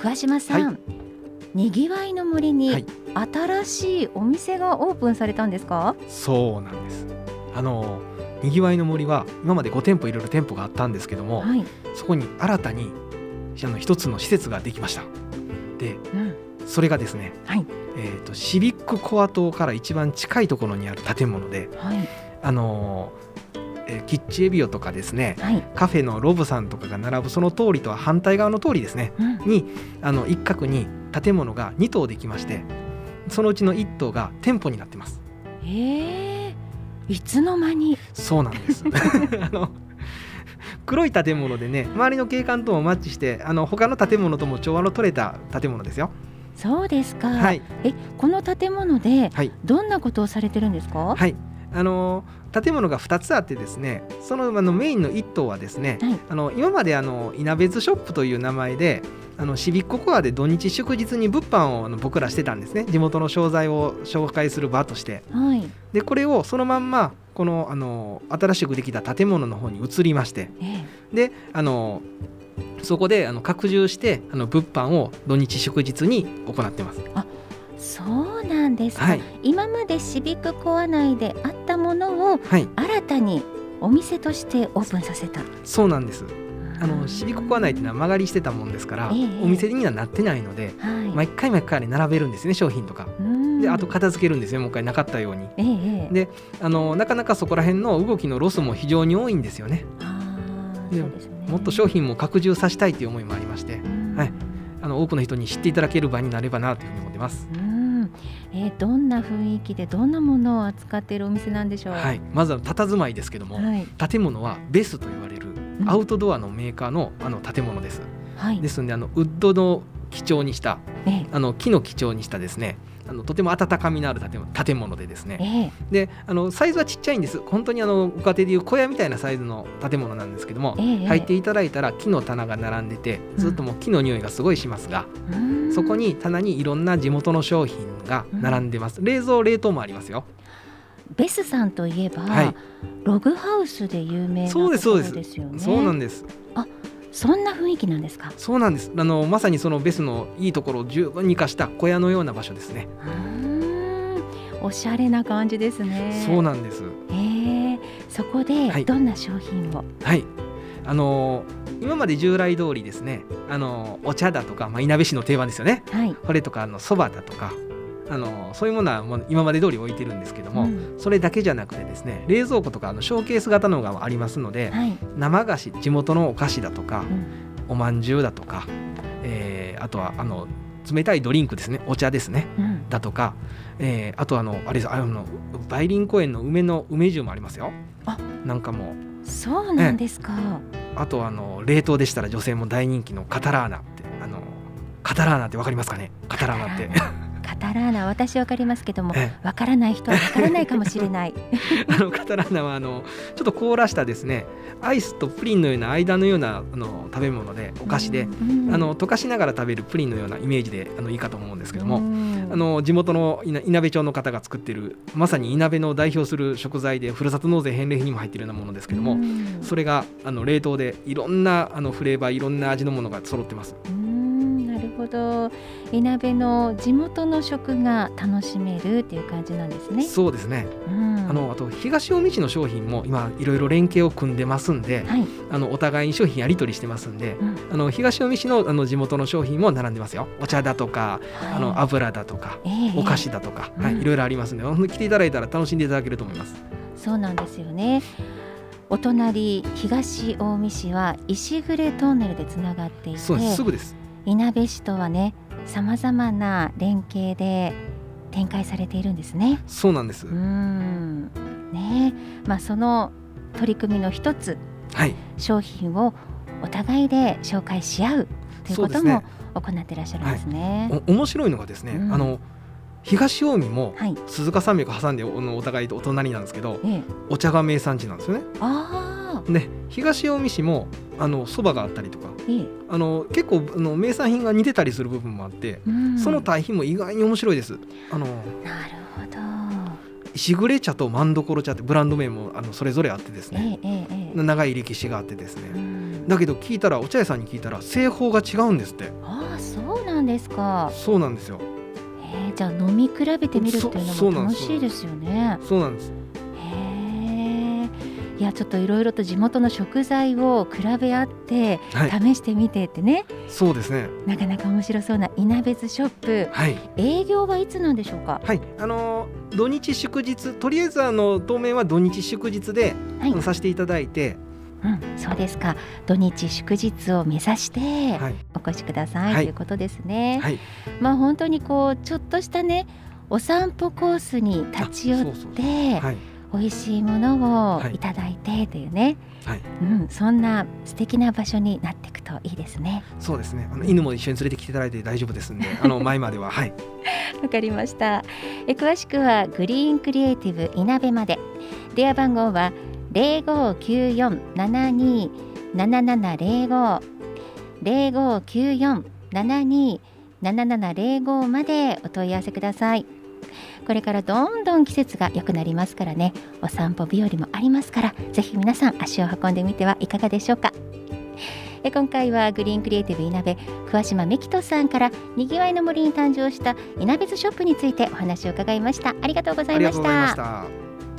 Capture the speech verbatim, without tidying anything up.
桑島さん、はい、にぎわいの森に新しいお店がオープンされたんですか？はい、 そうなんです。あのにぎわいの森は今までご店舗いろいろ店舗があったんですけども、はい、そこに新たにあの一つの施設ができました。で、うん、それがですね、はい、えーと、シビックコア島から一番近いところにある建物で、はい、あのえー、キッチエビオとかですね、はい、カフェのロブさんとかが並ぶその通りとは反対側の通りですね、うん、にあの一角に建物がに棟できまして、そのうちのいっ棟が店舗になってます。 へー、いつの間に。 そうなんですあの黒い建物でね、周りの景観ともマッチして、あの他の建物とも調和の取れた建物ですよ。 そうですか、 はい、 えこの建物でどんなことをされてるんですか？ はい、あの建物がふたつあってですね、その、あのメインのいっ棟はですね、はい、あの今まであのいなべずショップという名前であのシビックコアで土日祝日に物販をあの僕らしてたんですね。地元の商材を紹介する場として、はい、でこれをそのまんまこの、あの新しくできた建物の方に移りまして、ええ、であのそこであの拡充してあの物販を土日祝日に行ってます。 あ、そうなんですか、はい、今までシビックコア内であったものを新たにお店としてオープンさせた、はい、 そうなんです。あのシビックコア内っていうのは間借りしてたもんですから、ええ、お店にはなってないので、はい、毎回毎回並べるんですね、商品とかで、あと片付けるんですよ、もう一回なかったように、ええ、であのなかなかそこら辺の動きのロスも非常に多いんですよね。あ、そうですね、もっと商品も拡充させたいという思いもありまして、はい、あの多くの人に知っていただける場になればなというふうに思ってます。 うん、えー、どんな雰囲気でどんなものを扱っているお店なんでしょう？ はい、まずは佇まいですけども、はい、建物はベスと言われるアウトドアのメーカー の, あの建物です、はい、ですのであのウッドの基調にした、ええ、あの木の基調にしたですね、あのとても温かみのある 建, 建物でですね、ええ、であのサイズはちっちゃいんです。本当にあのご家庭でいう小屋みたいなサイズの建物なんですけども、ええ、入っていただいたら木の棚が並んでて、ずっともう木の匂いがすごいしますが、うん、そこに棚にいろんな地元の商品が並んでます、うん、冷蔵冷凍もありますよ。 ベスさんといえば、はい、ログハウスで有名なところですよね。そうです、そうです。 そうなんです。 あ、そんな雰囲気なんですか？ そうなんです。あのまさにそのベスのいいところを十分に生かした小屋のような場所ですね。 うーん、おしゃれな感じですね。 そうなんです。 えー、そこでどんな商品を？はい、 はい、あのー、今まで従来通りですね、あのー、お茶だとか、まあ、いなべ市の定番ですよね、はい、これとかそばだとか、あのそういうものはもう今まで通り置いてるんですけども、うん、それだけじゃなくてですね、冷蔵庫とかあのショーケース型のがありますので、はい、生菓子、地元のお菓子だとか、うん、おまんじゅうだとか、えー、あとはあの冷たいドリンクですね、お茶ですね、うん、だとか、えー、あとあのあれです、あの梅林公園の梅の梅酒もありますよ。あ、なんかもうそうなんですか。 あとあの冷凍でしたら女性も大人気のカタラーナって、あのカタラーナってわかりますかね？カタラーナってカタラーナ、私わかりますけども、わからない人はわからないかもしれないあのカタラーナはあのちょっと凍らしたですね、アイスとプリンのような間のようなあの食べ物で、お菓子で、うんうん、あの溶かしながら食べるプリンのようなイメージであのいいかと思うんですけども、うん、あの地元のいなべ町の方が作っているまさにいなべの代表する食材で、ふるさと納税返礼品にも入っているようなものですけども、うん、それがあの冷凍でいろんなあのフレーバー、いろんな味のものが揃ってます。 うん、なるほど。いなべの地元の食が楽しめるっていう感じなんですね。 そうですね、うん、あのあと東近江市の商品も今いろいろ連携を組んでますんで、はい、あのお互いに商品やり取りしてますんで、うん、あの東近江市 の, あの地元の商品も並んでますよ。お茶だとか、はい、あの油だとか、えー、お菓子だとか、はい、いろいろありますので、来ていただいたら楽しんでいただけると思います。 そうなんですよね。お隣東近江市は石暮トンネルでつながっていて、 そうです、すぐです。 いなべ市とはね、さまざまな連携で展開されているんですね。 そうなんです。 うーん、ね、まあ、その取り組みの一つ、はい、商品をお互いで紹介し合うということも行っていらっしゃるんですね。 はい、お面白いのがですね、うん、あの東近江も鈴鹿山脈挟んで お, お互いとお隣なんですけど、ええ、お茶が名産地なんですよね。あで東近江市もあの蕎麦があったりとか、ええ、あの結構あの名産品が似てたりする部分もあって、うん、その対比も意外に面白いです。あのなるほど。 石暮茶と万所茶ってブランド名もあのそれぞれあってですね、えええ、長い歴史があってですね、うん、だけど聞いたらお茶屋さんに聞いたら製法が違うんですって。 ああ、そうなんですか。 そうなんですよ。 えー、じゃあ飲み比べてみるっていうのも楽しいですよね。 そうなんです。 へえ。いやちょっといろいろと地元の食材を比べ合って、はい、試してみてってね。 そうですね。 なかなか面白そうな稲別ショップ、はい、営業はいつなんでしょうか。 はい、あの土日祝日、とりあえずあの当面は土日祝日で、はい、させていただいて、 うん、そうですか。土日祝日を目指してお越しください、はい、ということですね、はい、まあ本当にこうちょっとしたねお散歩コースに立ち寄って美味しいものをいただいてというね、はい、うん、そんな素敵な場所になっていくといいですね。 そうですね。あの犬も一緒に連れてきていただいて大丈夫ですんで、あの前までははい。 わかりました。え詳しくはグリーンクリエイティブいなべまで。電話番号はゼロごきゅうよん ななにななななゼロご ゼロごきゅうよん ななにななななゼロごまでお問い合わせください。これからどんどん季節が良くなりますからね、お散歩日和もありますから、ぜひ皆さん足を運んでみてはいかがでしょうか。え今回はグリーンクリエイティブいなべ桑島美希人さんからにぎわいの森に誕生したいなべつショップについてお話を伺いました。ありがとうございました。 ありがとうございました。